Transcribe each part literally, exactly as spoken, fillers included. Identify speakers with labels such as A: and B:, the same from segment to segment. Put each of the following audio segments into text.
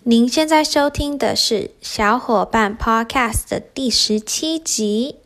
A: 您现在收听的是小伙伴 Podcast 的第十七集。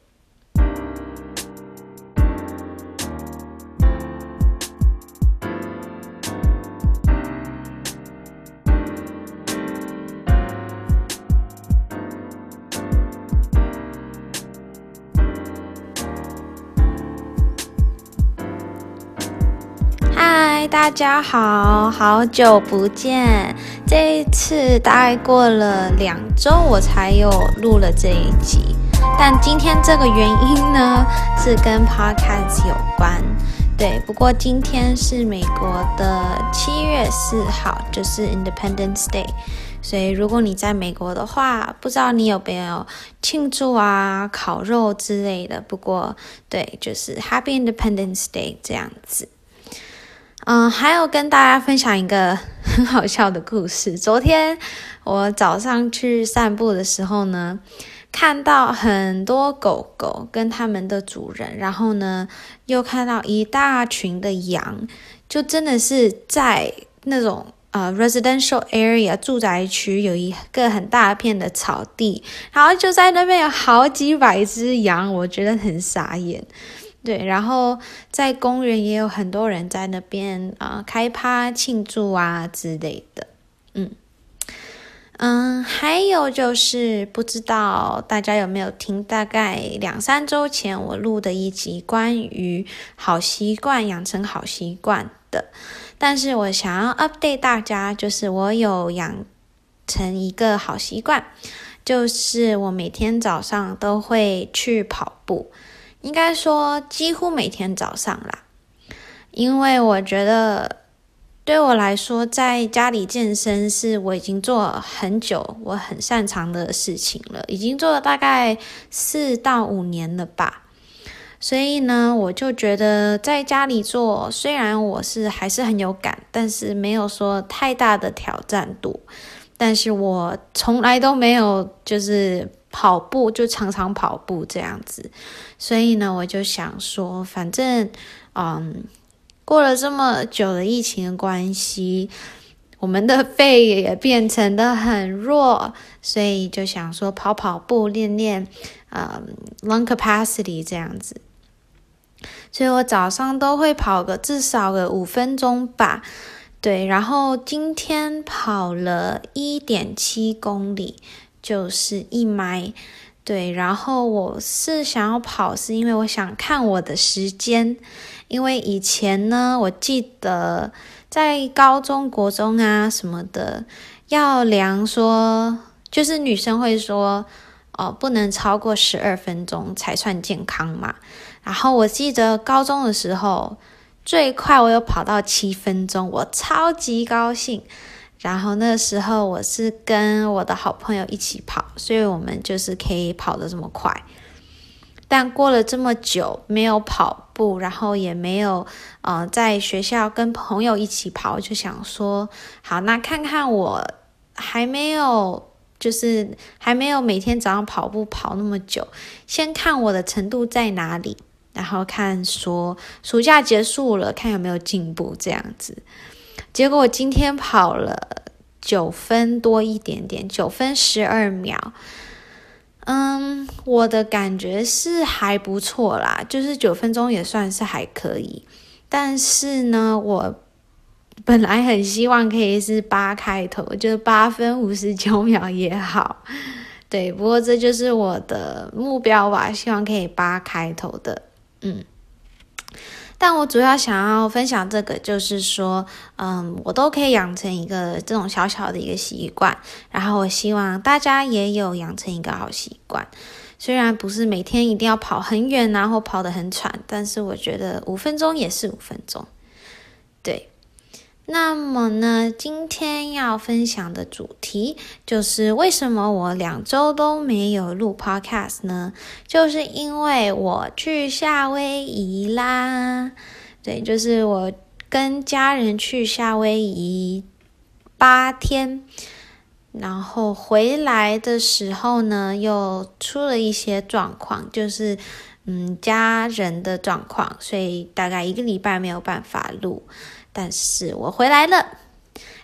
A: 嗨，大家好，好久不见。这一次大概过了两周我才有录了这一集，但今天这个原因呢是跟 podcast 有关。对，不过今天是美国的七月四号，就是 Independence Day， 所以如果你在美国的话，不知道你有没有庆祝啊、烤肉之类的，不过对，就是 Happy Independence Day 这样子。嗯，还有跟大家分享一个很好笑的故事。昨天我早上去散步的时候呢，看到很多狗狗跟他们的主人，然后呢又看到一大群的羊，就真的是在那种呃 residential area 住宅区有一个很大片的草地，然后就在那边有好几百只羊，我觉得很傻眼。对，然后在公园也有很多人在那边啊、呃、开趴庆祝啊之类的，嗯嗯，还有就是不知道大家有没有听，大概两三周前我录的一集关于好习惯养成好习惯的，但是我想要 update 大家，就是我有养成一个好习惯，就是我每天早上都会去跑步。应该说几乎每天早上啦，因为我觉得对我来说在家里健身是我已经做了很久我很擅长的事情了，已经做了大概四到五年了吧。所以呢我就觉得在家里做，虽然我是还是很有感，但是没有说太大的挑战度，但是我从来都没有就是跑步就常常跑步这样子，所以呢我就想说反正嗯，过了这么久的疫情的关系，我们的肺也变成得很弱，所以就想说跑跑步练练嗯 lung capacity 这样子，所以我早上都会跑个至少个五分钟吧。对，然后今天跑了 一点七公里，就是一迈。对，然后我是想要跑是因为我想看我的时间，因为以前呢我记得在高中国中啊什么的要量说，就是女生会说哦不能超过十二分钟才算健康嘛，然后我记得高中的时候最快我有跑到七分钟，我超级高兴。然后那时候我是跟我的好朋友一起跑，所以我们就是可以跑得这么快。但过了这么久没有跑步，然后也没有呃在学校跟朋友一起跑，我就想说好，那看看我还没有就是还没有每天早上跑步跑那么久，先看我的程度在哪里，然后看说暑假结束了看有没有进步这样子。结果我今天跑了九分多一点点，九分十二秒。嗯，我的感觉是还不错啦，就是九分钟也算是还可以。但是呢，我本来很希望可以是八开头，就是八分五十九秒也好。对，不过这就是我的目标吧，希望可以八开头的。嗯。但我主要想要分享这个就是说嗯，我都可以养成一个这种小小的一个习惯，然后我希望大家也有养成一个好习惯，虽然不是每天一定要跑很远啊或跑得很喘，但是我觉得五分钟也是五分钟。对，那么呢今天要分享的主题就是为什么我两周都没有录 podcast 呢？就是因为我去夏威夷啦。对，就是我跟家人去夏威夷八天，然后回来的时候呢又出了一些状况，就是嗯家人的状况，所以大概一个礼拜没有办法录，但是我回来了。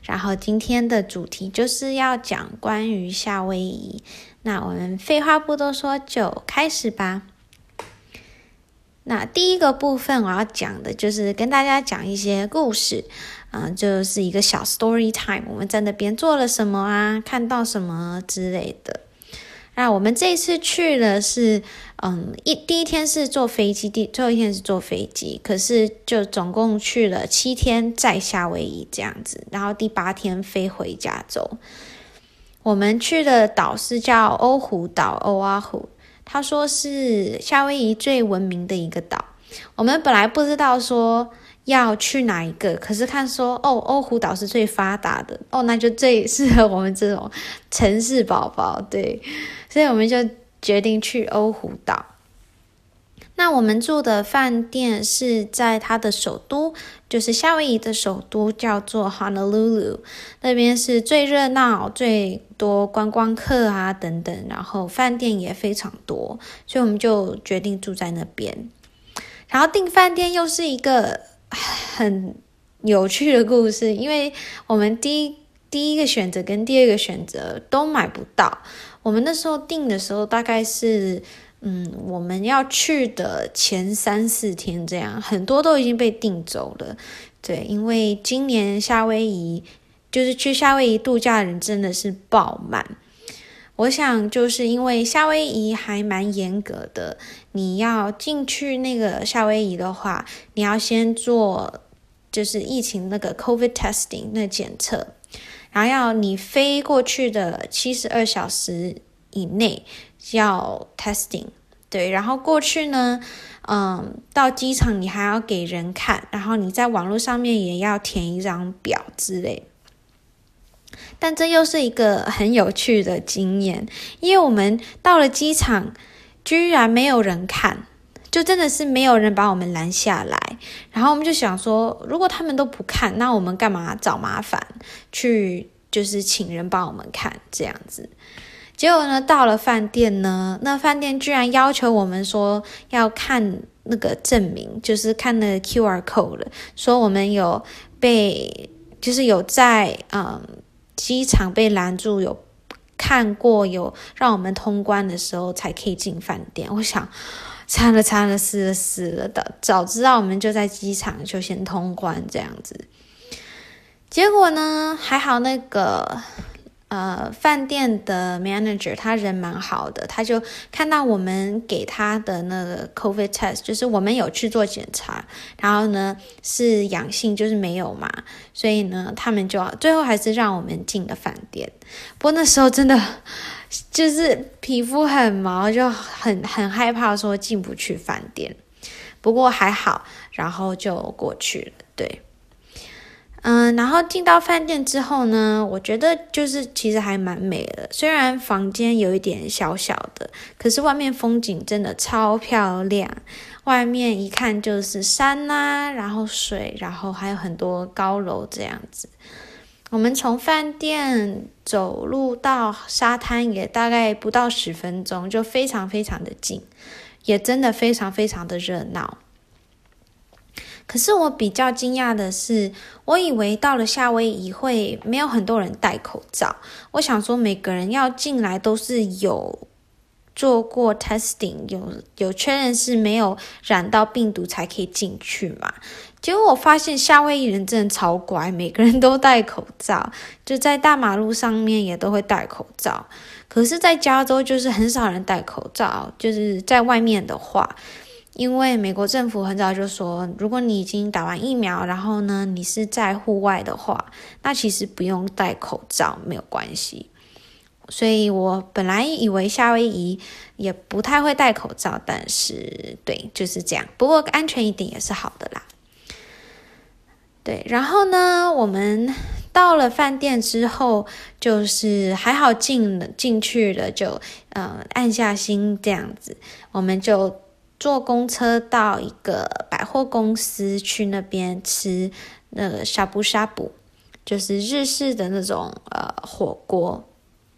A: 然后今天的主题就是要讲关于夏威夷。那我们废话不多说，就开始吧。那第一个部分我要讲的就是跟大家讲一些故事，嗯、呃，就是一个小 story time， 我们在那边做了什么啊，看到什么之类的。那我们这一次去的是，嗯，一第一天是坐飞机，第最后一天是坐飞机，可是就总共去了七天在夏威夷这样子，然后第八天飞回加州。我们去的岛是叫欧胡岛 Oahu， 他说是夏威夷最文明的一个岛。我们本来不知道说要去哪一个，可是看说哦，欧胡岛是最发达的哦，那就最适合我们这种城市宝宝，对，所以我们就决定去欧胡岛。那我们住的饭店是在它的首都，就是夏威夷的首都，叫做 Honolulu， 那边是最热闹、最多观光客啊等等，然后饭店也非常多，所以我们就决定住在那边。然后订饭店又是一个很有趣的故事，因为我们第一第一个选择跟第二个选择都买不到。我们那时候订的时候大概是嗯，我们要去的前三四天这样，很多都已经被订走了。对，因为今年夏威夷就是去夏威夷度假的人真的是爆满。我想就是因为夏威夷还蛮严格的，你要进去那个夏威夷的话，你要先做就是疫情那个 COVID testing 那检测，然后要你飞过去的七十二小时以内要 testing， 对，然后过去呢，嗯，到机场你还要给人看，然后你在网络上面也要填一张表之类。但这又是一个很有趣的经验，因为我们到了机场，居然没有人看，就真的是没有人把我们拦下来。然后我们就想说，如果他们都不看，那我们干嘛找麻烦去，就是请人帮我们看这样子。结果呢，到了饭店呢，那饭店居然要求我们说要看那个证明，就是看那个 Q R code 了，说我们有被，就是有在嗯机场被拦住，有看过，有让我们通关的时候才可以进饭店。我想惨了惨了，死了死了的，早知道我们就在机场就先通关这样子。结果呢，还好那个呃，饭店的 manager 他人蛮好的，他就看到我们给他的那个 COVID test， 就是我们有去做检查，然后呢是阳性，就是没有嘛，所以呢他们就最后还是让我们进了饭店。不过那时候真的就是皮肤很毛，就很很害怕说进不去饭店，不过还好，然后就过去了，对。嗯，然后进到饭店之后呢，我觉得就是其实还蛮美的，虽然房间有一点小小的，可是外面风景真的超漂亮，外面一看就是山啊，然后水，然后还有很多高楼这样子。我们从饭店走路到沙滩也大概不到十分钟，就非常非常的近，也真的非常非常的热闹。可是我比较惊讶的是，我以为到了夏威夷会没有很多人戴口罩，我想说每个人要进来都是有做过 testing， 有有确认是没有染到病毒才可以进去嘛。结果我发现夏威夷人真的超乖，每个人都戴口罩，就在大马路上面也都会戴口罩。可是在加州就是很少人戴口罩，就是在外面的话，因为美国政府很早就说，如果你已经打完疫苗，然后呢你是在户外的话，那其实不用戴口罩，没有关系。所以我本来以为夏威夷也不太会戴口罩，但是对，就是这样。不过安全一点也是好的啦。对，然后呢，我们到了饭店之后，就是还好进了进去了，就呃按下心这样子，我们就坐公车到一个百货公司去那边吃那个呷哺呷哺，就是日式的那种呃火锅。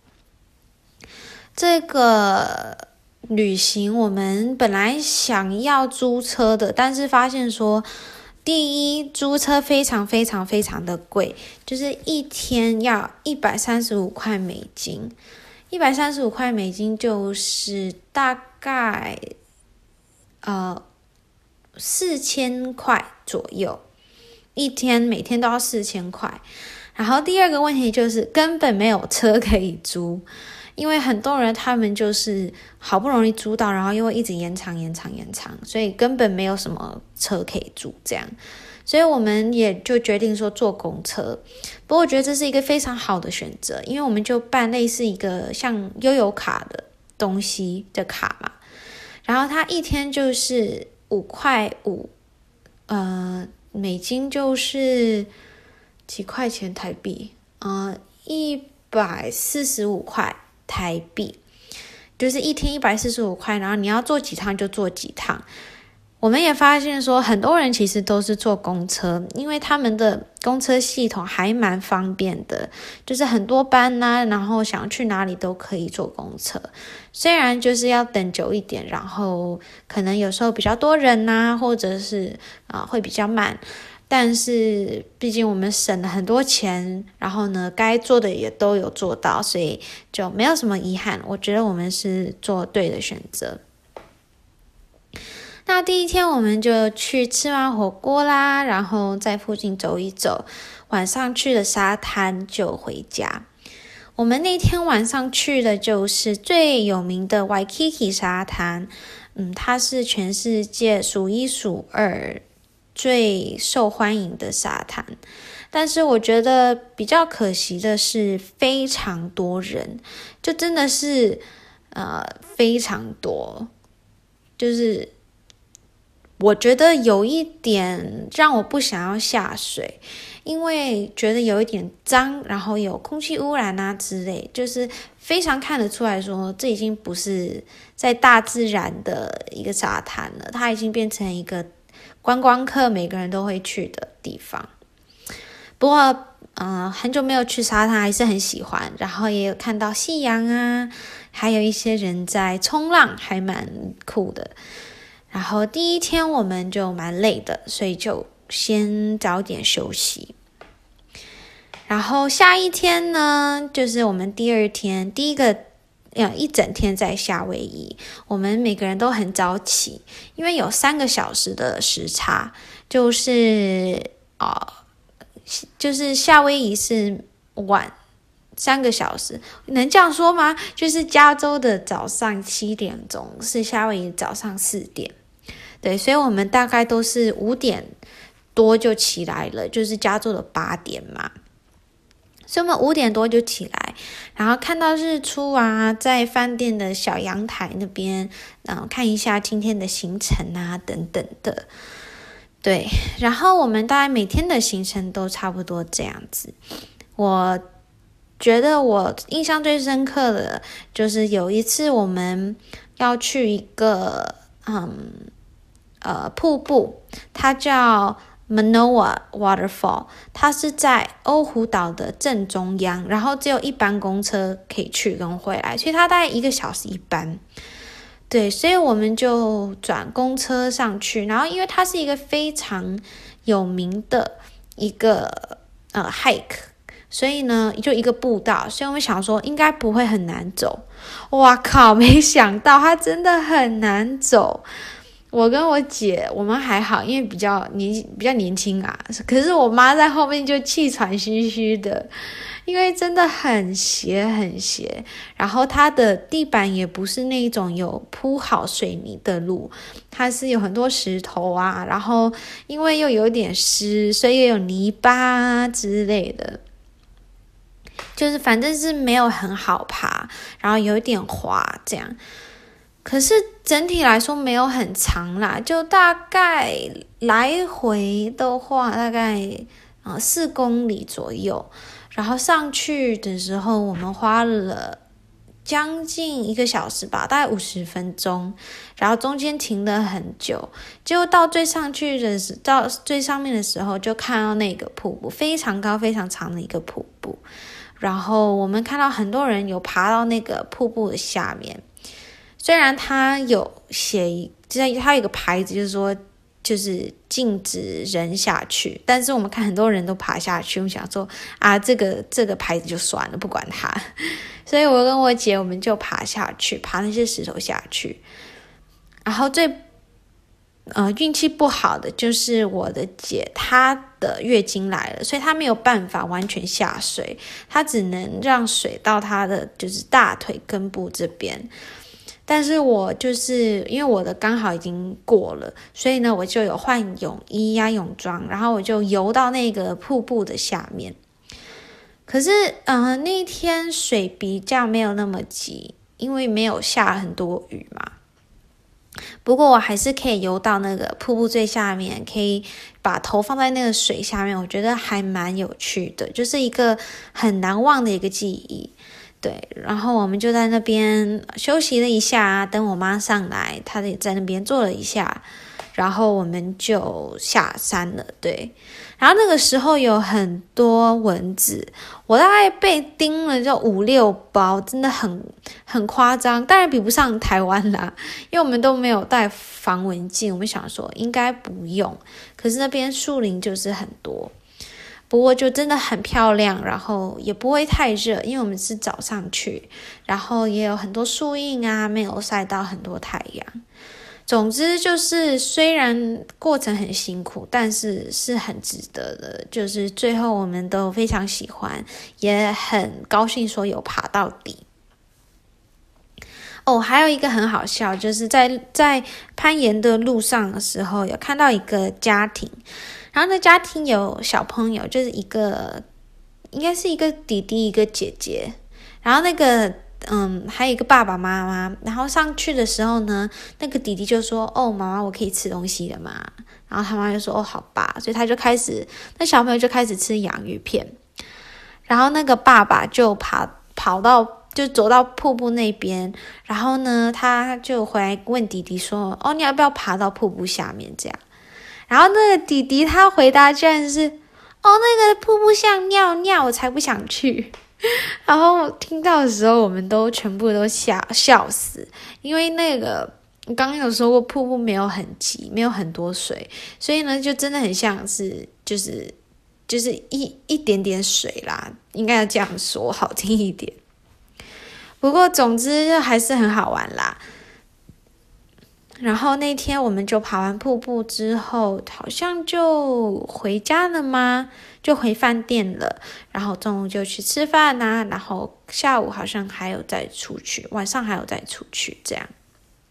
A: 这个旅行我们本来想要租车的，但是发现说第一，租车非常非常非常的贵，就是一天要一百三十五块美金，一百三十五块美金就是大概呃四千块左右，一天每天都要四千块。然后第二个问题就是根本没有车可以租，因为很多人他们就是好不容易租到，然后又会一直延长延长延长，所以根本没有什么车可以租这样。所以我们也就决定说坐公车，不过我觉得这是一个非常好的选择，因为我们就办类似一个像悠游卡的东西的卡嘛，然后它一天就是五块五，呃，美金就是几块钱台币，呃，一百四十五块台币，就是一天一百四十五块，然后你要坐几趟就坐几趟。我们也发现说很多人其实都是坐公车，因为他们的公车系统还蛮方便的，就是很多班啊，然后想去哪里都可以坐公车，虽然就是要等久一点，然后可能有时候比较多人啊，或者是啊、呃、会比较慢，但是毕竟我们省了很多钱，然后呢该做的也都有做到，所以就没有什么遗憾，我觉得我们是做对的选择。那第一天我们就去吃完火锅啦，然后在附近走一走，晚上去了沙滩就回家。我们那天晚上去的就是最有名的 Waikiki 沙滩，嗯，它是全世界数一数二最受欢迎的沙滩，但是我觉得比较可惜的是非常多人，就真的是呃非常多，就是我觉得有一点让我不想要下水，因为觉得有一点脏，然后有空气污染啊之类，就是非常看得出来说这已经不是在大自然的一个沙滩了，它已经变成一个观光客每个人都会去的地方。不过呃，很久没有去沙滩，还是很喜欢，然后也有看到夕阳啊，还有一些人在冲浪，还蛮酷的。然后第一天我们就蛮累的，所以就先早点休息。然后下一天呢，就是我们第二天，第一个呃一整天在夏威夷，我们每个人都很早起，因为有三个小时的时差，就是呃，就是夏威夷是晚三个小时，能这样说吗？就是加州的早上七点钟，是夏威夷早上四点。对，所以我们大概都是五点多就起来了，就是加州的八点嘛。所以我们五点多就起来，然后看到日出啊，在饭店的小阳台那边，嗯，看一下今天的行程啊，等等的。对，然后我们大概每天的行程都差不多这样子。我觉得我印象最深刻的就是有一次我们要去一个嗯呃瀑布，它叫 Manoa Waterfall， 它是在欧胡岛的正中央，然后只有一班公车可以去跟回来，所以它大概一个小时一班。对，所以我们就转公车上去，然后因为它是一个非常有名的一个呃 hike， 所以呢就一个步道，所以我们想说应该不会很难走。哇靠，没想到它真的很难走。我跟我姐我们还好，因为比较年比较年轻啊，可是我妈在后面就气喘吁吁的，因为真的很斜很斜，然后它的地板也不是那种有铺好水泥的路，它是有很多石头啊，然后因为又有点湿，所以也有泥巴之类的，就是反正是没有很好爬，然后有一点滑这样。可是整体来说没有很长啦，就大概来回的话大概呃四公里左右，然后上去的时候我们花了将近一个小时吧，大概五十分钟，然后中间停了很久，结果到最上去的时到最上面的时候就看到那个瀑布，非常高非常长的一个瀑布，然后我们看到很多人有爬到那个瀑布的下面。虽然它有写，就是它有一个牌子，就是说，就就是禁止人下去，但是我们看很多人都爬下去，我们想说啊，这个这个牌子就算了，不管它。所以我跟我姐我们就爬下去，爬那些石头下去。然后最呃运气不好的就是我的姐，她的月经来了，所以她没有办法完全下水，她只能让水到她的就是大腿根部这边。但是我就是因为我的刚好已经过了，所以呢我就有换泳衣呀、泳装，然后我就游到那个瀑布的下面。可是呃那一天水比较没有那么急，因为没有下很多雨嘛。不过我还是可以游到那个瀑布最下面，可以把头放在那个水下面，我觉得还蛮有趣的，就是一个很难忘的一个记忆。对，然后我们就在那边休息了一下，等我妈上来，她也在那边坐了一下，然后我们就下山了。对，然后那个时候有很多蚊子，我大概被叮了就五六包，真的很很夸张，当然比不上台湾啦，因为我们都没有带防蚊镜，我们想说应该不用，可是那边树林就是很多。不过就真的很漂亮，然后也不会太热，因为我们是早上去，然后也有很多树荫啊，没有晒到很多太阳。总之就是虽然过程很辛苦，但是是很值得的，就是最后我们都非常喜欢，也很高兴说有爬到底。哦，还有一个很好笑，就是在在攀岩的路上的时候，有看到一个家庭，然后那家庭有小朋友，就是一个应该是一个弟弟一个姐姐，然后那个嗯还有一个爸爸妈妈，然后上去的时候呢，那个弟弟就说哦妈妈我可以吃东西了吗？然后他妈就说哦好吧，所以他就开始那小朋友就开始吃洋芋片，然后那个爸爸就爬跑到就走到瀑布那边，然后呢他就回来问弟弟说哦你要不要爬到瀑布下面这样，然后那个弟弟他回答居然是哦那个瀑布像尿尿我才不想去。然后听到的时候我们都全部都笑笑死，因为那个我刚刚有说过瀑布没有很急，没有很多水，所以呢就真的很像是就是就是一一点点水啦，应该要这样说好听一点。不过总之还是很好玩啦。然后那天我们就爬完瀑布之后，好像就回家了吗？就回饭店了。然后中午就去吃饭啊，然后下午好像还有再出去，晚上还有再出去这样。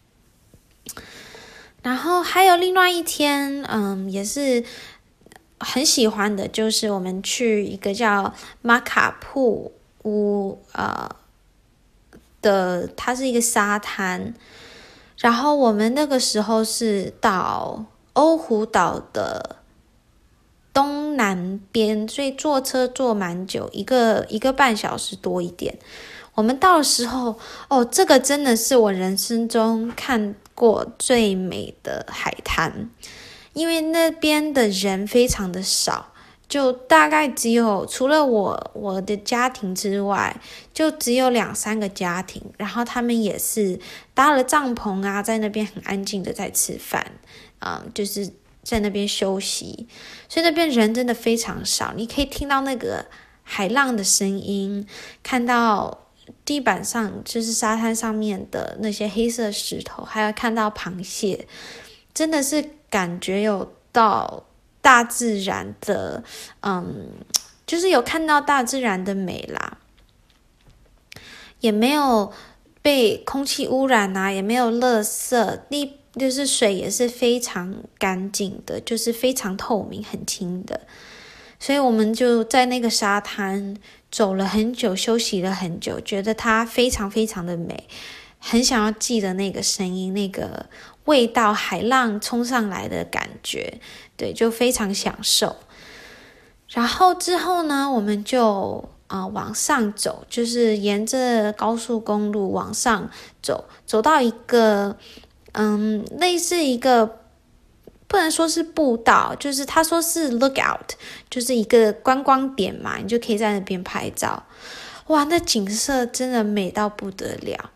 A: 然后还有另外一天，嗯，也是很喜欢的，就是我们去一个叫马卡布乌呃的，它是一个沙滩。然后我们那个时候是到欧胡岛的东南边，所以坐车坐蛮久，一个一个半小时多一点。我们到的时候，哦，这个真的是我人生中看过最美的海滩，因为那边的人非常的少。就大概只有除了我我的家庭之外，就只有两三个家庭，然后他们也是搭了帐篷啊，在那边很安静的在吃饭，嗯，就是在那边休息，所以那边人真的非常少，你可以听到那个海浪的声音，看到地板上就是沙滩上面的那些黑色石头，还有看到螃蟹，真的是感觉有到大自然的，嗯，就是有看到大自然的美啦，也没有被空气污染啊，也没有垃圾，地就是水也是非常干净的，就是非常透明很清的，所以我们就在那个沙滩走了很久，休息了很久，觉得它非常非常的美，很想要记得那个声音，那个味道，海浪冲上来的感觉，对，就非常享受。然后之后呢，我们就呃往上走，就是沿着高速公路往上走，走到一个嗯类似一个不能说是步道，就是他说是 lookout， 就是一个观光点嘛，你就可以在那边拍照。哇，那景色真的美到不得了。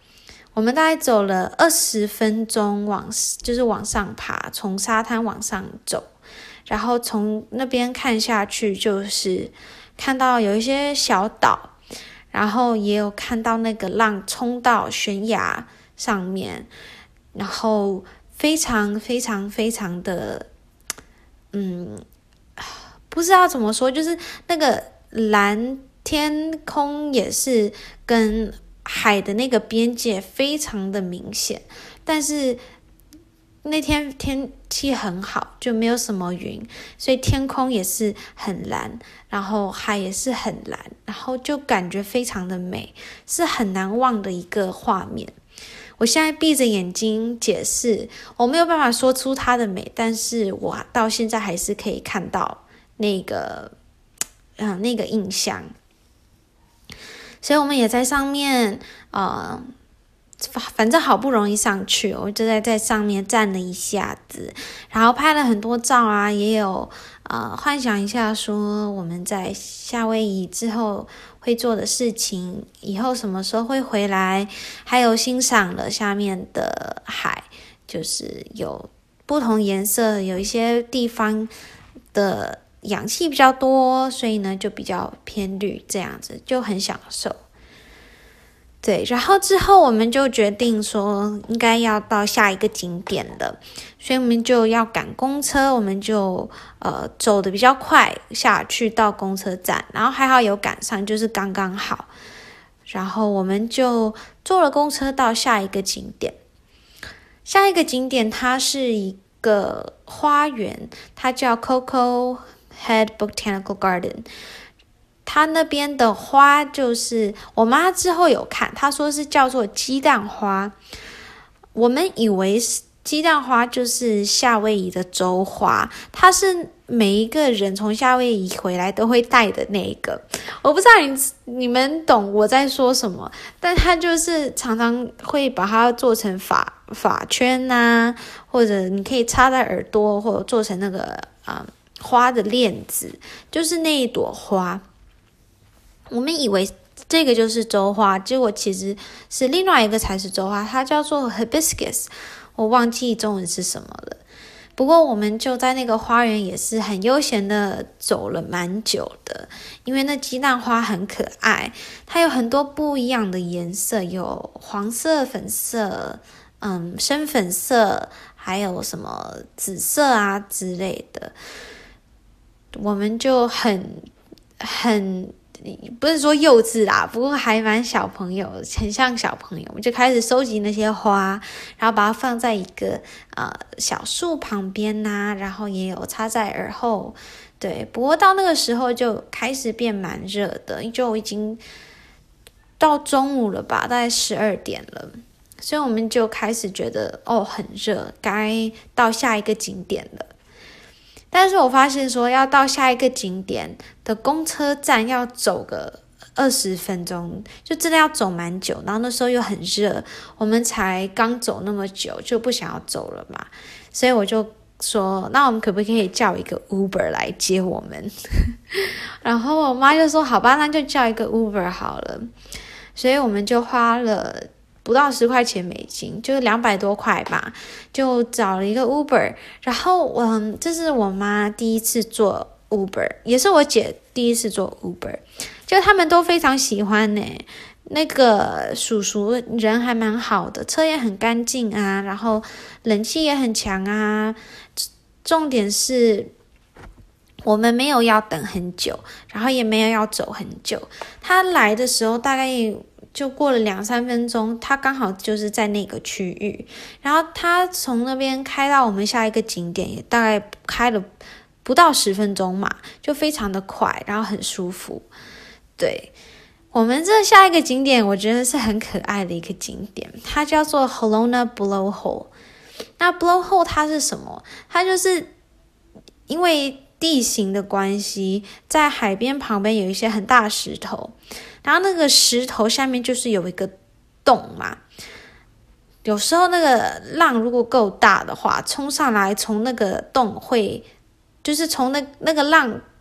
A: 我们大概走了二十分钟往就是往上爬，从沙滩往上走，然后从那边看下去就是看到有一些小岛，然后也有看到那个浪冲到悬崖上面，然后非常非常非常的嗯不知道怎么说，就是那个蓝天空也是跟海的那个边界非常的明显，但是那天天气很好，就没有什么云，所以天空也是很蓝，然后海也是很蓝，然后就感觉非常的美，是很难忘的一个画面。我现在闭着眼睛解释，我没有办法说出它的美，但是我到现在还是可以看到那个嗯、呃，那个印象。所以我们也在上面呃反正好不容易上去，我就在在上面站了一下子，然后拍了很多照啊，也有呃幻想一下说我们在夏威夷之后会做的事情，以后什么时候会回来，还有欣赏了下面的海，就是有不同颜色，有一些地方的氧气比较多，所以呢就比较偏绿，这样子就很享受。对，然后之后我们就决定说应该要到下一个景点了，所以我们就要赶公车，我们就呃走得比较快下去到公车站，然后还好有赶上，就是刚刚好。然后我们就坐了公车到下一个景点。下一个景点它是一个花园，它叫 Coco Head Botanical Garden。它那边的花就是我妈之后有看，她说是叫做鸡蛋花。我们以为是鸡蛋花就是夏威夷的州花，它是每一个人从夏威夷回来都会带的那个。我不知道你你们懂我在说什么，但它就是常常会把它做成发发圈啊，或者你可以插在耳朵，或者做成那个啊、嗯、花的链子，就是那一朵花。我们以为这个就是州花，结果其实是另外一个才是州花，它叫做 hibiscus， 我忘记中文是什么了。不过我们就在那个花园也是很悠闲的走了蛮久的，因为那鸡蛋花很可爱，它有很多不一样的颜色，有黄色、粉色、嗯深粉色，还有什么紫色啊之类的。我们就很很不是说幼稚啦，不过还蛮小朋友，很像小朋友，我们就开始收集那些花，然后把它放在一个呃小树旁边呐、啊，然后也有插在耳后。对，不过到那个时候就开始变蛮热的，就已经到中午了吧，大概十二点了，所以我们就开始觉得哦很热，该到下一个景点了。但是我发现说要到下一个景点的公车站要走个二十分钟，就真的要走蛮久，然后那时候又很热，我们才刚走那么久就不想要走了嘛，所以我就说那我们可不可以叫一个 Uber 来接我们然后我妈就说好吧，那就叫一个 Uber 好了，所以我们就花了不到十块钱美金，就两百多块吧，就找了一个 Uber。然后嗯，这是我妈第一次坐 Uber， 也是我姐第一次坐 Uber， 就他们都非常喜欢呢。那个叔叔人还蛮好的，车也很干净啊，然后冷气也很强啊。重点是我们没有要等很久，然后也没有要走很久。他来的时候大概就过了两三分钟，他刚好就是在那个区域，然后他从那边开到我们下一个景点也大概开了不到十分钟嘛，就非常的快，然后很舒服。对，我们这下一个景点我觉得是很可爱的一个景点，它叫做 Halona Blowhole。 那 Blowhole 它是什么？它就是因为地形的关系，在海边旁边有一些很大的石头，然后那个石头下面就是有一个洞嘛，有时候那个浪如果够大的话，冲上来从那个洞会就是从那那个浪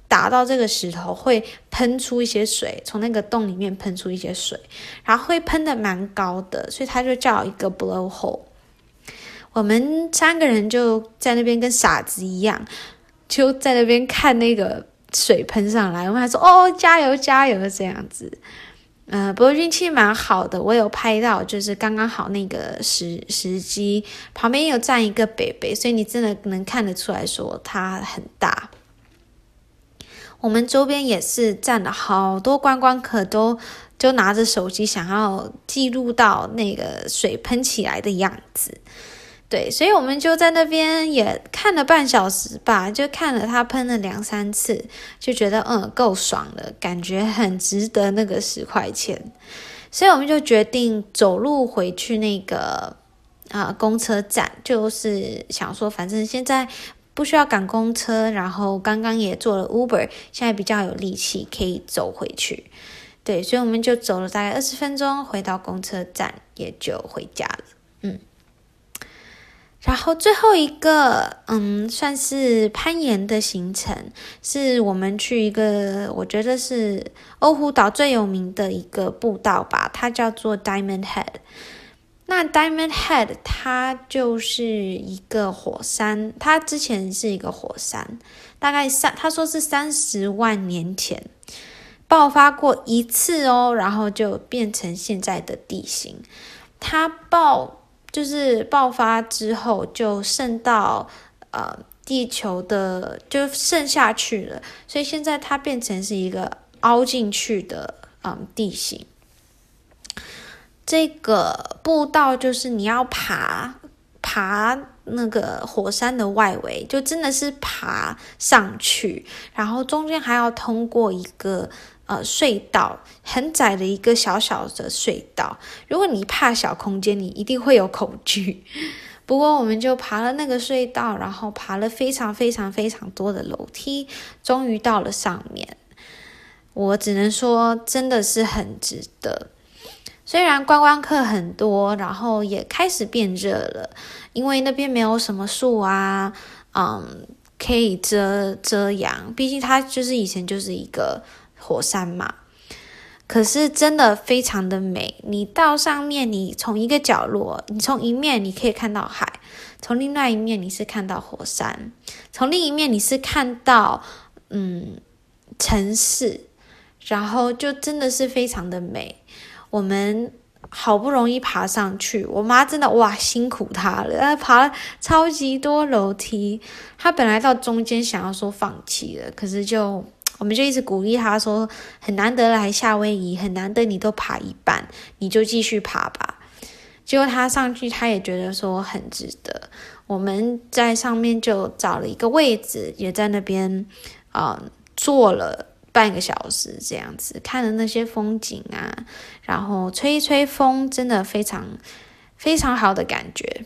A: 打到这个石头会喷出一些水，从那个洞里面喷出一些水，然后会喷得蛮高的，所以它就叫一个 blow hole。我们三个人就在那边跟傻子一样，就在那边看那个水喷上来，我们还说哦加油加油这样子。呃，不过运气蛮好的，我有拍到，就是刚刚好那个时时机，旁边有站一个北北，所以你真的能看得出来说它很大。我们周边也是站了好多观光客都就拿着手机想要记录到那个水喷起来的样子。对，所以我们就在那边也看了半小时吧，就看了它喷了两三次，就觉得嗯够爽了，感觉很值得那个十块钱。所以我们就决定走路回去那个啊、呃、公车站，就是想说反正现在不需要赶公车，然后刚刚也做了 Uber， 现在比较有力气可以走回去。对，所以我们就走了大概二十分钟，回到公车站也就回家了。嗯。然后最后一个，嗯，算是攀岩的行程，是我们去一个，我觉得是欧胡岛最有名的一个步道吧，它叫做 Diamond Head。那 Diamond Head 它就是一个火山，它之前是一个火山，大概三，他说是三十万年前爆发过一次哦，然后就变成现在的地形。它爆。就是爆发之后就渗到呃地球的就渗下去了，所以现在它变成是一个凹进去的嗯地形。这个步道就是你要爬爬那个火山的外围，就真的是爬上去，然后中间还要通过一个呃隧道，很窄的一个小小的隧道。如果你怕小空间，你一定会有恐惧。不过我们就爬了那个隧道，然后爬了非常非常非常多的楼梯，终于到了上面。我只能说真的是很值得。虽然观光客很多，然后也开始变热了，因为那边没有什么树啊，嗯，可以遮遮阳，毕竟它就是以前就是一个火山嘛。可是真的非常的美，你到上面，你从一个角落，你从一面你可以看到海，从另外一面你是看到火山，从另一面你是看到嗯城市，然后就真的是非常的美。我们好不容易爬上去，我妈真的哇辛苦她了，她爬了超级多楼梯。她本来到中间想要说放弃了，可是就我们就一直鼓励她说，很难得来夏威夷，很难得你都爬一半，你就继续爬吧。结果她上去，她也觉得说很值得。我们在上面就找了一个位置，也在那边呃坐了半个小时这样子，看了那些风景啊，然后吹一吹风，真的非常非常好的感觉。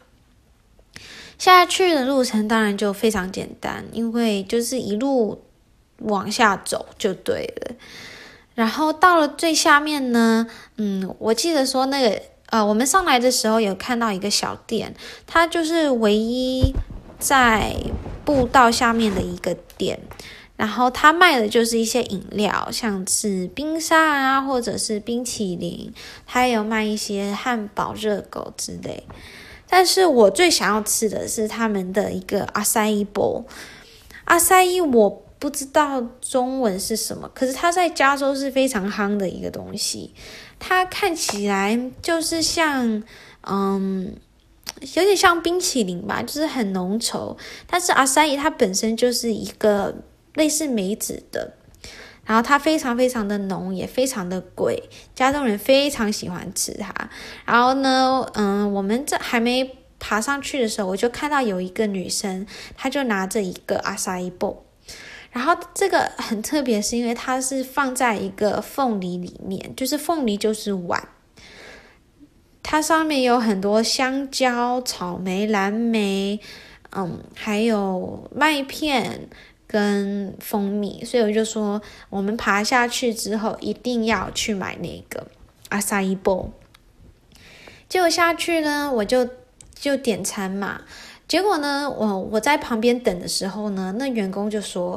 A: 下去的路程当然就非常简单，因为就是一路往下走就对了。然后到了最下面呢，嗯，我记得说那个呃，我们上来的时候有看到一个小店，它就是唯一在步道下面的一个店。然后他卖的就是一些饮料，像是冰沙啊，或者是冰淇淋，还有卖一些汉堡、热狗之类。但是我最想要吃的是他们的一个阿塞伊bowl。阿塞伊我不知道中文是什么，可是它在加州是非常夯的一个东西。它看起来就是像，嗯，有点像冰淇淋吧，就是很浓稠。但是阿塞伊它本身就是一个类似梅子的，然后它非常非常的浓，也非常的贵，加州人非常喜欢吃它。然后呢，嗯，我们这还没爬上去的时候，我就看到有一个女生，她就拿着一个阿萨伊bowl，然后这个很特别，是因为它是放在一个凤梨里面，就是凤梨就是碗，它上面有很多香蕉、草莓、蓝莓，嗯，还有麦片跟蜂蜜，所以我就说我们爬下去之后一定要去买那个阿萨伊bowl。结果下去呢，我就就点餐嘛，结果呢，我我在旁边等的时候呢，那员工就说，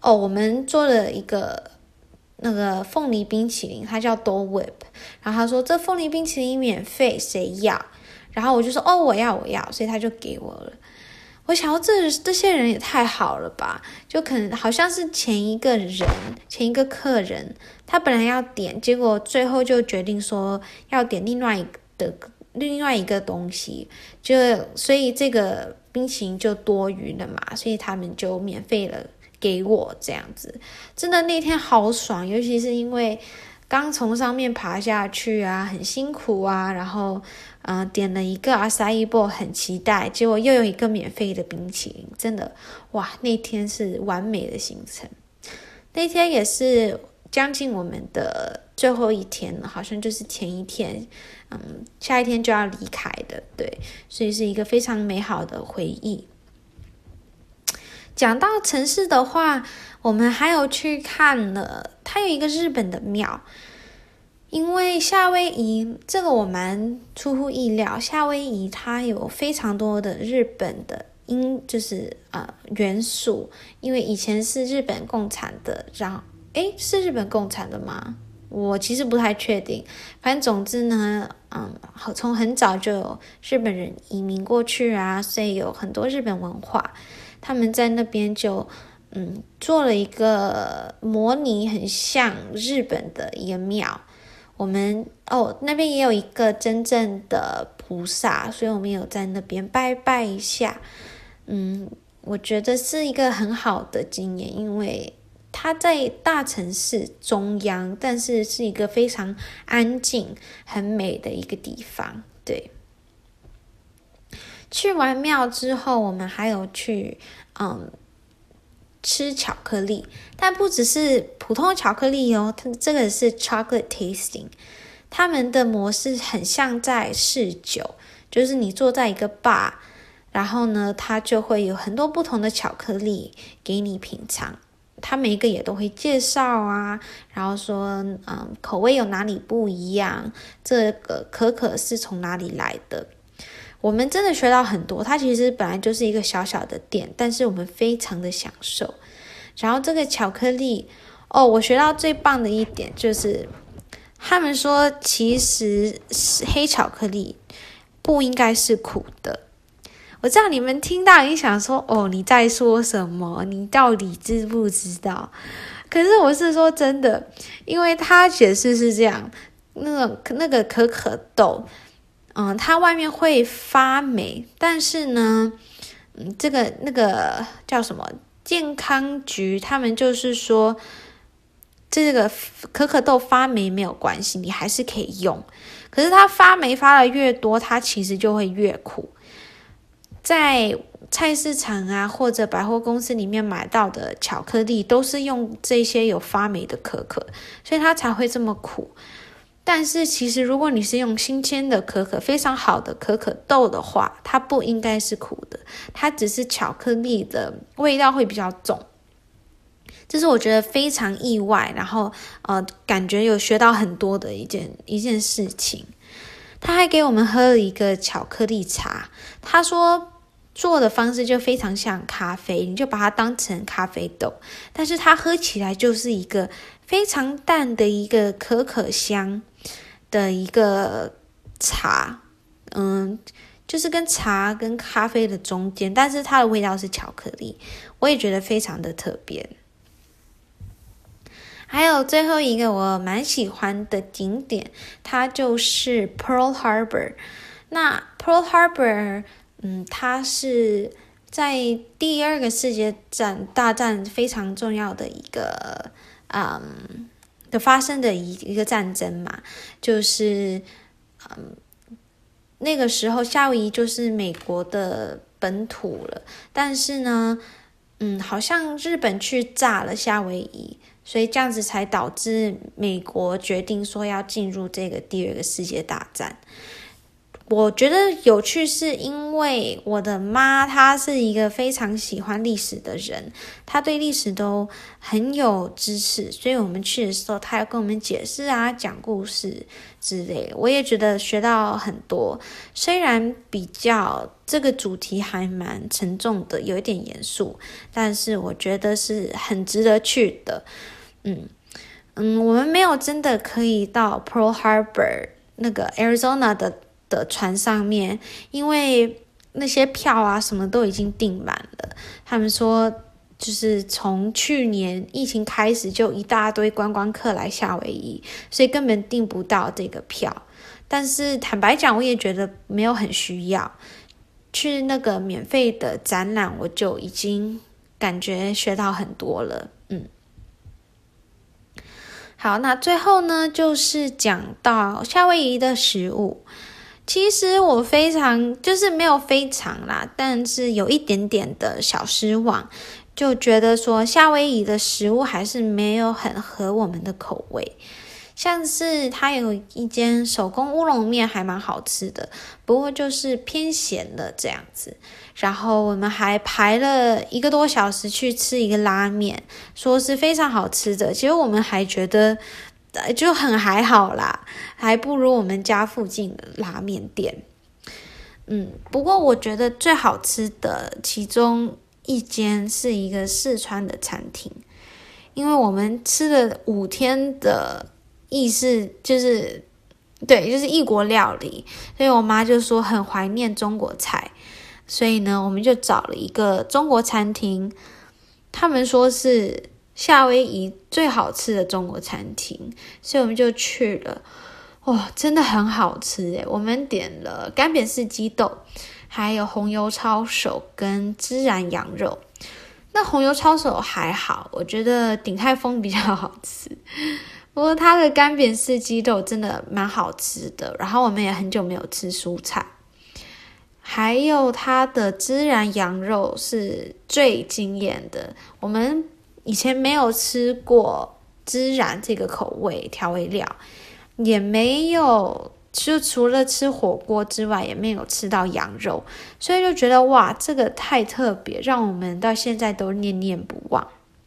A: 哦，我们做了一个那个凤梨冰淇淋，它叫 Dole Whip， 然后他说这凤梨冰淇淋免费，谁要？然后我就说哦，我要我要，所以他就给我了。我想到这这些人也太好了吧，就可能好像是前一个人前一个客人他本来要点，结果最后就决定说要点另外一个另外一个东西，就所以这个冰淇淋就多余了嘛，所以他们就免费了给我这样子。真的那天好爽，尤其是因为刚从上面爬下去啊，很辛苦啊，然后嗯、呃、点了一个 acai bowl， 很期待，结果又有一个免费的冰淇淋，真的哇，那天是完美的行程。那天也是将近我们的最后一天了，好像就是前一天，嗯，下一天就要离开的，对，所以是一个非常美好的回忆。讲到城市的话，我们还有去看了，它有一个日本的庙，因为夏威夷这个我蛮出乎意料，夏威夷它有非常多的日本的因就是呃元素，因为以前是日本共产的，然后诶是日本共产的吗？我其实不太确定，反正总之呢，嗯，从很早就有日本人移民过去啊，所以有很多日本文化。他们在那边就嗯做了一个模拟很像日本的一个庙，我们哦那边也有一个真正的菩萨，所以我们有在那边拜拜一下。嗯，我觉得是一个很好的经验，因为它在大城市中央，但是是一个非常安静很美的一个地方。对，去完庙之后，我们还有去嗯吃巧克力，但不只是普通的巧克力哦，它这个是 chocolate tasting， 他们的模式很像在试酒，就是你坐在一个 bar， 然后呢，它就会有很多不同的巧克力给你品尝，它每一个也都会介绍啊，然后说嗯口味有哪里不一样，这个可可是从哪里来的。我们真的学到很多，它其实本来就是一个小小的店，但是我们非常的享受。然后这个巧克力，哦，我学到最棒的一点就是，他们说其实黑巧克力不应该是苦的。我知道你们听到你想说，哦，你在说什么？你到底知不知道？可是我是说真的，因为他解释是这样，那个那个可可豆。嗯，它外面会发霉，但是呢，嗯，这个那个叫什么健康局，他们就是说，这个可可豆发霉没有关系，你还是可以用。可是它发霉发的越多，它其实就会越苦。在菜市场啊，或者百货公司里面买到的巧克力，都是用这些有发霉的可可，所以它才会这么苦。但是其实如果你是用新鲜的可可，非常好的可可豆的话，它不应该是苦的，它只是巧克力的味道会比较重。这是我觉得非常意外，然后呃感觉有学到很多的一件一件事情。他还给我们喝了一个巧克力茶，他说做的方式就非常像咖啡，你就把它当成咖啡豆，但是它喝起来就是一个非常淡的一个可可香的一个茶，嗯，就是跟茶跟咖啡的中间，但是它的味道是巧克力，我也觉得非常的特别。还有最后一个我蛮喜欢的景点，它就是 Pearl Harbor。那 Pearl Harbor， 嗯，它是在第二个世界战大战非常重要的一个，嗯，的发生的一一个战争嘛，就是嗯，那个时候夏威夷就是美国的本土了，但是呢，嗯，好像日本去炸了夏威夷。所以这样子才导致美国决定说要进入这个第二个世界大战。 我觉得有趣是因为我的妈她是一个非常喜欢历史的人，她对历史都很有知识，所以我们去的时候她要跟我们解释啊，讲故事之类的，我也觉得学到很多。虽然比较这个主题还蛮沉重的，有一点严肃，但是我觉得是很值得去的。嗯嗯，我们没有真的可以到 Pearl Harbor 那个 Arizona 的的船上面，因为那些票啊什么都已经订满了。他们说就是从去年疫情开始就一大堆观光客来夏威夷，所以根本订不到这个票。但是坦白讲我也觉得没有很需要，去那个免费的展览我就已经感觉学到很多了。嗯，好，那最后呢就是讲到夏威夷的食物。其实我非常就是没有非常啦，但是有一点点的小失望，就觉得说夏威夷的食物还是没有很合我们的口味。像是它有一间手工乌龙面还蛮好吃的，不过就是偏咸的这样子。然后我们还排了一个多小时去吃一个拉面，说是非常好吃的，结果我们还觉得就很还好啦，还不如我们家附近的拉面店。嗯，不过我觉得最好吃的其中一间是一个四川的餐厅，因为我们吃了五天的意式，就是对，就是异国料理，所以我妈就说很怀念中国菜，所以呢，我们就找了一个中国餐厅，他们说是夏威夷最好吃的中国餐厅，所以我们就去了。哇、哦，真的很好吃耶！我们点了干煸四鸡豆，还有红油抄手跟孜然羊肉。那红油抄手还好，我觉得鼎泰丰比较好吃。不过它的干煸四鸡豆真的蛮好吃的，然后我们也很久没有吃蔬菜。还有它的孜然羊肉是最惊艳的，我们以前没有吃过孜然这个口味调味料，也没有就除了吃火锅之外也没有吃到羊肉，所以就觉得哇，这个太特别，让我们到现在都念念不忘。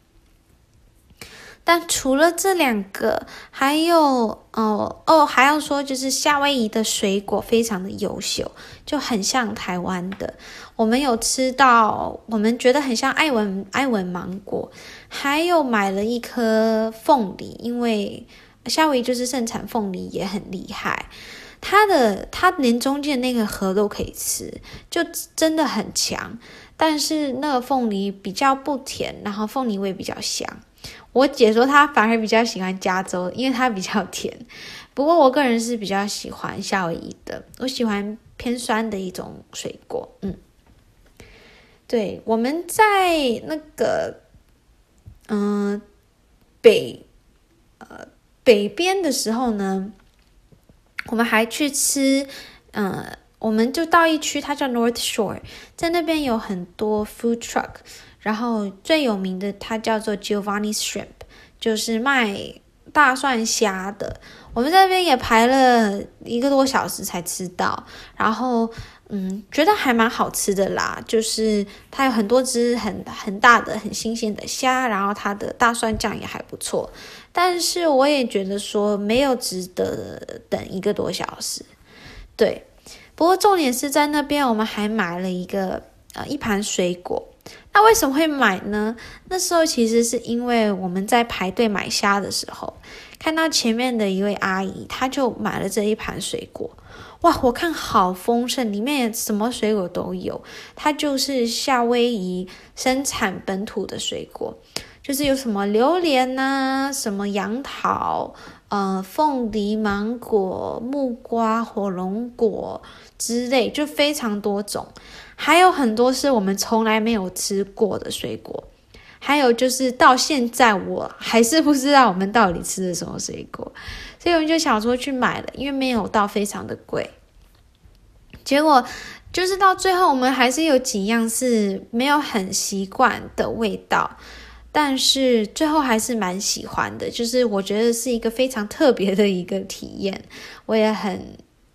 A: 但除了这两个，还有哦哦，还要说就是夏威夷的水果非常的优秀，就很像台湾的。我们有吃到，我们觉得很像爱文爱文芒果，还有买了一颗凤梨，因为夏威夷就是盛产凤梨也很厉害。它的它连中间那个核都可以吃，就真的很强。但是那个凤梨比较不甜，然后凤梨味比较香。我姐说她反而比较喜欢加州，因为它比较甜。不过我个人是比较喜欢夏威夷的，我喜欢偏酸的一种水果。嗯，对，我们在那个嗯、呃、北呃北边的时候呢，我们还去吃呃我们就到一区，它叫 North Shore， 在那边有很多 food truck。然后最有名的它叫做 Giovanni's Shrimp， 就是卖大蒜虾的。我们在那边也排了一个多小时才吃到，然后嗯，觉得还蛮好吃的啦。就是它有很多只很很大的很新鲜的虾，然后它的大蒜酱也还不错。但是我也觉得说没有值得等一个多小时。对，不过重点是在那边我们还买了一个呃一盘水果。那为什么会买呢？那时候其实是因为我们在排队买虾的时候，看到前面的一位阿姨，她就买了这一盘水果。哇，我看好丰盛，里面什么水果都有。它就是夏威夷生产本土的水果，就是有什么榴莲啊，什么杨桃，呃，凤梨、芒果、木瓜、火龙果之类，就非常多种。还有很多是我们从来没有吃过的水果，还有就是到现在我还是不知道我们到底吃的什么水果，所以我们就想说去买了，因为没有到非常的贵。结果就是到最后我们还是有几样是没有很习惯的味道，但是最后还是蛮喜欢的，就是我觉得是一个非常特别的一个体验，我也很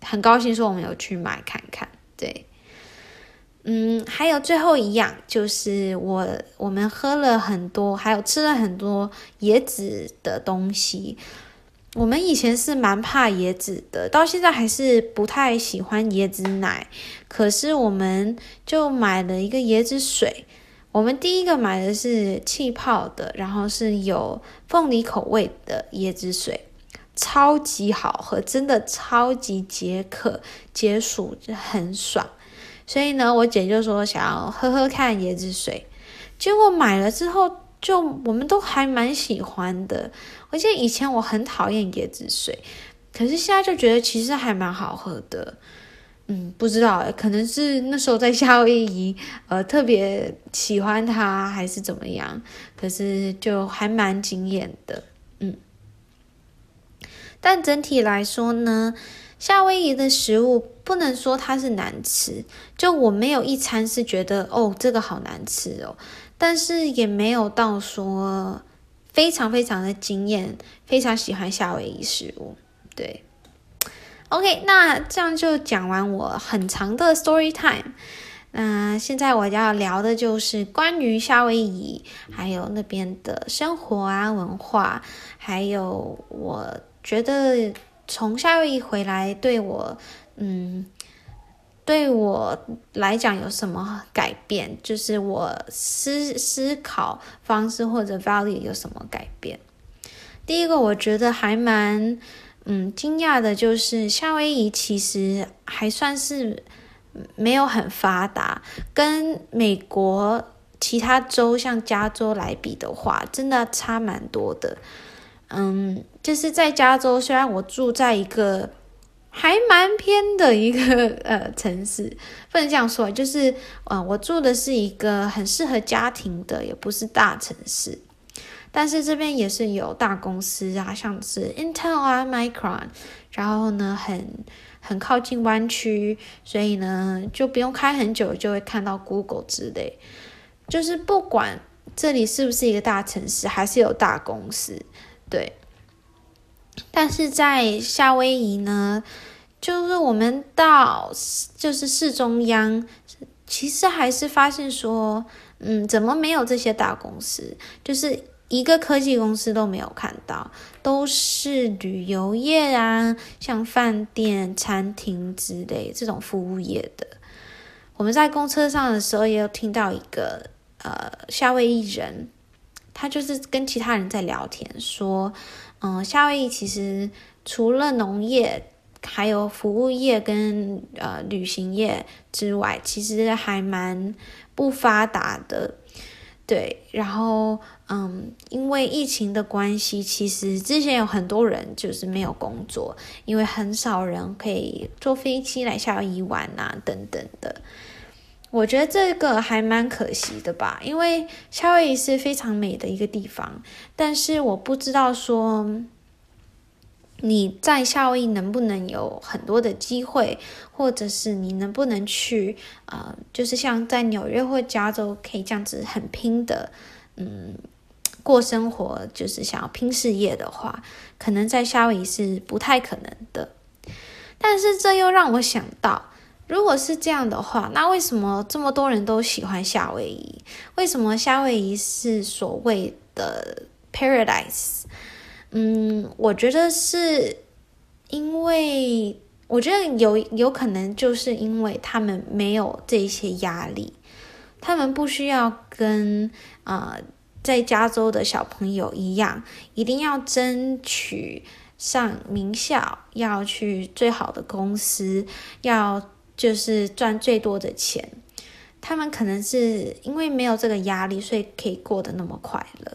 A: 很高兴说我们有去买看看。对，嗯，还有最后一样就是我我们喝了很多，还有吃了很多椰子的东西。我们以前是蛮怕椰子的，到现在还是不太喜欢椰子奶，可是我们就买了一个椰子水。我们第一个买的是气泡的，然后是有凤梨口味的椰子水，超级好喝，真的超级解渴解暑，就很爽。所以呢，我姐就说想要喝喝看椰子水，结果买了之后就我们都还蛮喜欢的。我记得以前我很讨厌椰子水，可是现在就觉得其实还蛮好喝的。嗯，不知道，可能是那时候在夏威夷，呃，特别喜欢它，还是怎么样？可是就还蛮惊艳的，嗯。但整体来说呢，夏威夷的食物不能说它是难吃，就我没有一餐是觉得哦这个好难吃哦，但是也没有到说非常非常的惊艳，非常喜欢夏威夷食物，对。OK， 那这样就讲完我很长的 story time。那现在我要聊的就是关于夏威夷，还有那边的生活啊、文化，还有我觉得从夏威夷回来对我，嗯，对我来讲有什么改变，就是我思思考方式或者 value 有什么改变。第一个，我觉得还蛮。嗯，惊讶的就是夏威夷其实还算是没有很发达，跟美国其他州像加州来比的话，真的差蛮多的。嗯，就是在加州，虽然我住在一个还蛮偏的一个呃城市，不能这样说，就是呃我住的是一个很适合家庭的，也不是大城市。但是这边也是有大公司啊，像是 Intel 啊、Micron， 然后呢很很靠近湾区，所以呢就不用开很久就会看到 Google 之类。就是不管这里是不是一个大城市，还是有大公司，对。但是在夏威夷呢，就是我们到就是市中央，其实还是发现说，嗯，怎么没有这些大公司？就是一个科技公司都没有看到，都是旅游业啊，像饭店、餐厅之类这种服务业的。我们在公车上的时候也有听到一个呃夏威夷人，他就是跟其他人在聊天说，嗯、呃，夏威夷其实除了农业，还有服务业跟呃旅行业之外，其实还蛮不发达的。对，然后嗯，因为疫情的关系，其实之前有很多人就是没有工作，因为很少人可以坐飞机来夏威夷玩啊，等等的。我觉得这个还蛮可惜的吧，因为夏威夷是非常美的一个地方，但是我不知道说你在夏威夷能不能有很多的机会，或者是你能不能去呃，就是像在纽约或加州可以这样子很拼的嗯过生活，就是想要拼事业的话，可能在夏威夷是不太可能的。但是这又让我想到，如果是这样的话，那为什么这么多人都喜欢夏威夷？为什么夏威夷是所谓的 paradise？嗯，我觉得是因为，我觉得有有可能就是因为他们没有这些压力，他们不需要跟呃在加州的小朋友一样，一定要争取上名校，要去最好的公司，要就是赚最多的钱。他们可能是因为没有这个压力，所以可以过得那么快乐。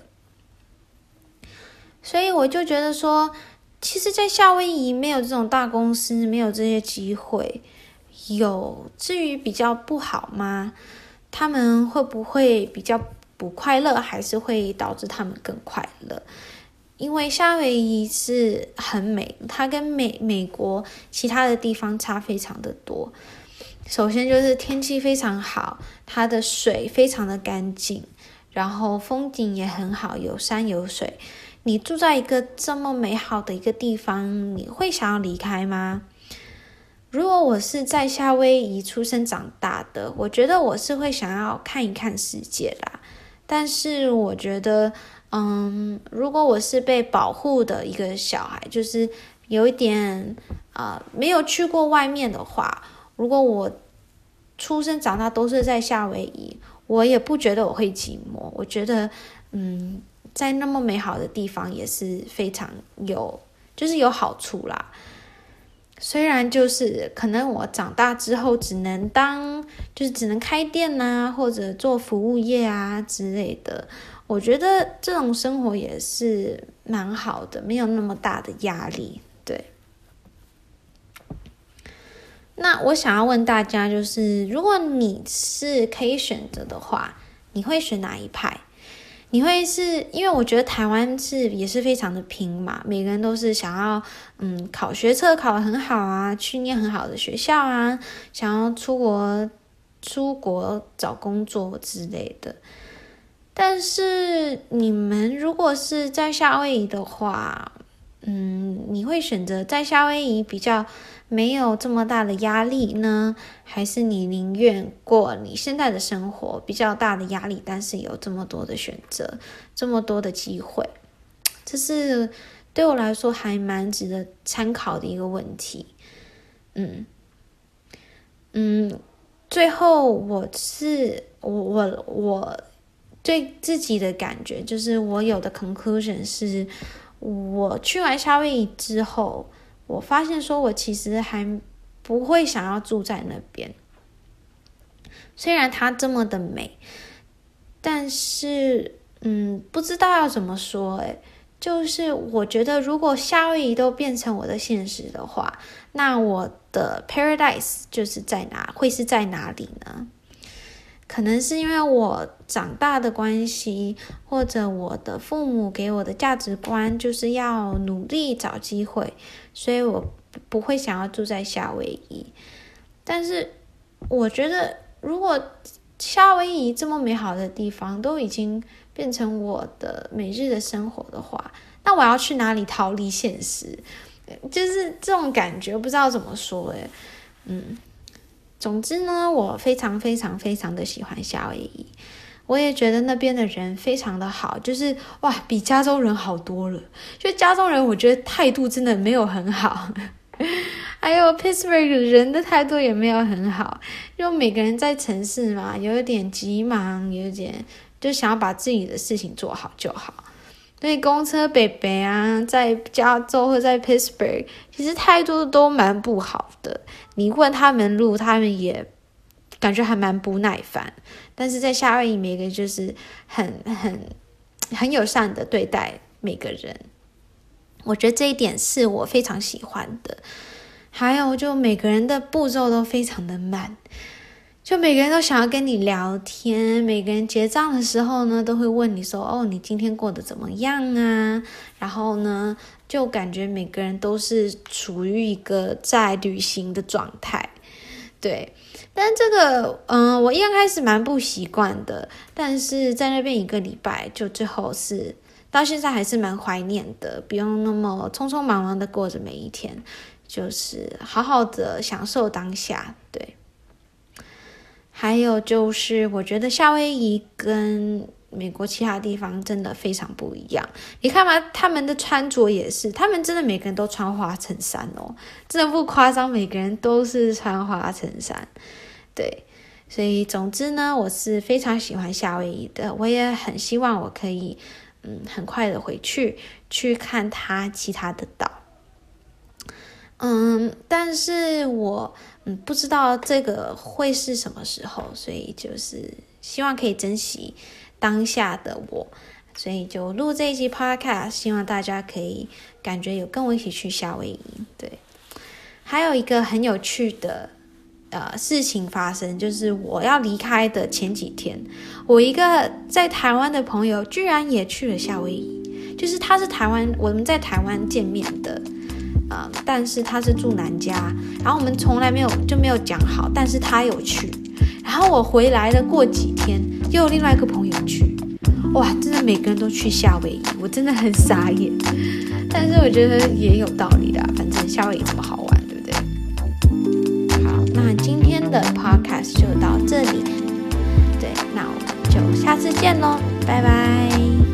A: 所以我就觉得说，其实在夏威夷没有这种大公司，没有这些机会，有至于比较不好吗？他们会不会比较不快乐，还是会导致他们更快乐？因为夏威夷是很美，它跟美美国其他的地方差非常的多。首先就是天气非常好，它的水非常的干净，然后风景也很好，有山有水。你住在一个这么美好的一个地方，你会想要离开吗？ 如果我是在夏威夷出生长大的，我觉得我是会想要看一看世界啦。但是我觉得，嗯，如果我是被保护的一个小孩，就是有一点呃没有去过外面的话，如果我出生长大都是在夏威夷，我也不觉得我会寂寞。我觉得，嗯，在那么美好的地方也是非常有，就是有好处啦。虽然就是可能我长大之后只能当，就是只能开店啊，或者做服务业啊之类的，我觉得这种生活也是蛮好的，没有那么大的压力。对。那我想要问大家，就是如果你是可以选择的话，你会选哪一派？你会是因为我觉得台湾是也是非常的拼嘛，每个人都是想要嗯考学测考得很好啊，去念很好的学校啊，想要出国出国找工作之类的。但是你们如果是在夏威夷的话，嗯，你会选择在夏威夷比较没有这么大的压力呢，还是你宁愿过你现在的生活比较大的压力，但是有这么多的选择，这么多的机会？这是对我来说还蛮值得参考的一个问题。嗯嗯，最后我是我我我对自己的感觉，就是我有的 conclusion 是，我去完夏威夷之后，我发现说我其实还不会想要住在那边。虽然它这么的美，但是嗯，不知道要怎么说诶，就是我觉得如果夏威夷都变成我的现实的话，那我的 paradise 就是在哪，会是在哪里呢？可能是因为我长大的关系，或者我的父母给我的价值观就是要努力找机会，所以我不会想要住在夏威夷。但是我觉得如果夏威夷这么美好的地方都已经变成我的每日的生活的话，那我要去哪里逃离现实？就是这种感觉，不知道怎么说诶。嗯总之呢，我非常非常非常的喜欢夏威夷，我也觉得那边的人非常的好，就是哇，比加州人好多了。就加州人，我觉得态度真的没有很好，还有 Pittsburgh 的人的态度也没有很好，就每个人在城市嘛，有一点急忙，有一点就想要把自己的事情做好就好。所以公车北北啊，在加州或在 Pittsburgh 其实态度都蛮不好的，你问他们路，他们也感觉还蛮不耐烦。但是在夏威夷，每个就是很很很友善的对待每个人，我觉得这一点是我非常喜欢的。还有就每个人的步骤都非常的慢，就每个人都想要跟你聊天，每个人结账的时候呢，都会问你说，哦，你今天过得怎么样啊？然后呢，就感觉每个人都是处于一个在旅行的状态。对，但这个，嗯、呃，我一刚开始蛮不习惯的，但是在那边一个礼拜，就最后是到现在还是蛮怀念的，不用那么匆匆忙忙的过着每一天，就是好好的享受当下。对。还有就是，我觉得夏威夷跟美国其他地方真的非常不一样。你看嘛，他们的穿着也是，他们真的每个人都穿花衬衫哦，真的不夸张，每个人都是穿花衬衫。对，所以总之呢，我是非常喜欢夏威夷的，我也很希望我可以嗯很快的回去去看它其他的岛。嗯，但是我嗯不知道这个会是什么时候，所以就是希望可以珍惜当下的我，所以就录这一集 podcast， 希望大家可以感觉有跟我一起去夏威夷。对，还有一个很有趣的呃事情发生，就是我要离开的前几天，我一个在台湾的朋友居然也去了夏威夷，就是他是台湾，我们在台湾见面的。呃、但是他是住南加，然后我们从来没有就没有讲好，但是他有去，然后我回来了，过几天又有另外一个朋友去，哇，真的每个人都去夏威夷，我真的很傻眼，但是我觉得也有道理啦，反正夏威夷这么好玩，对不对？ 的 podcast 就到这里。对，那我们就下次见咯，拜拜。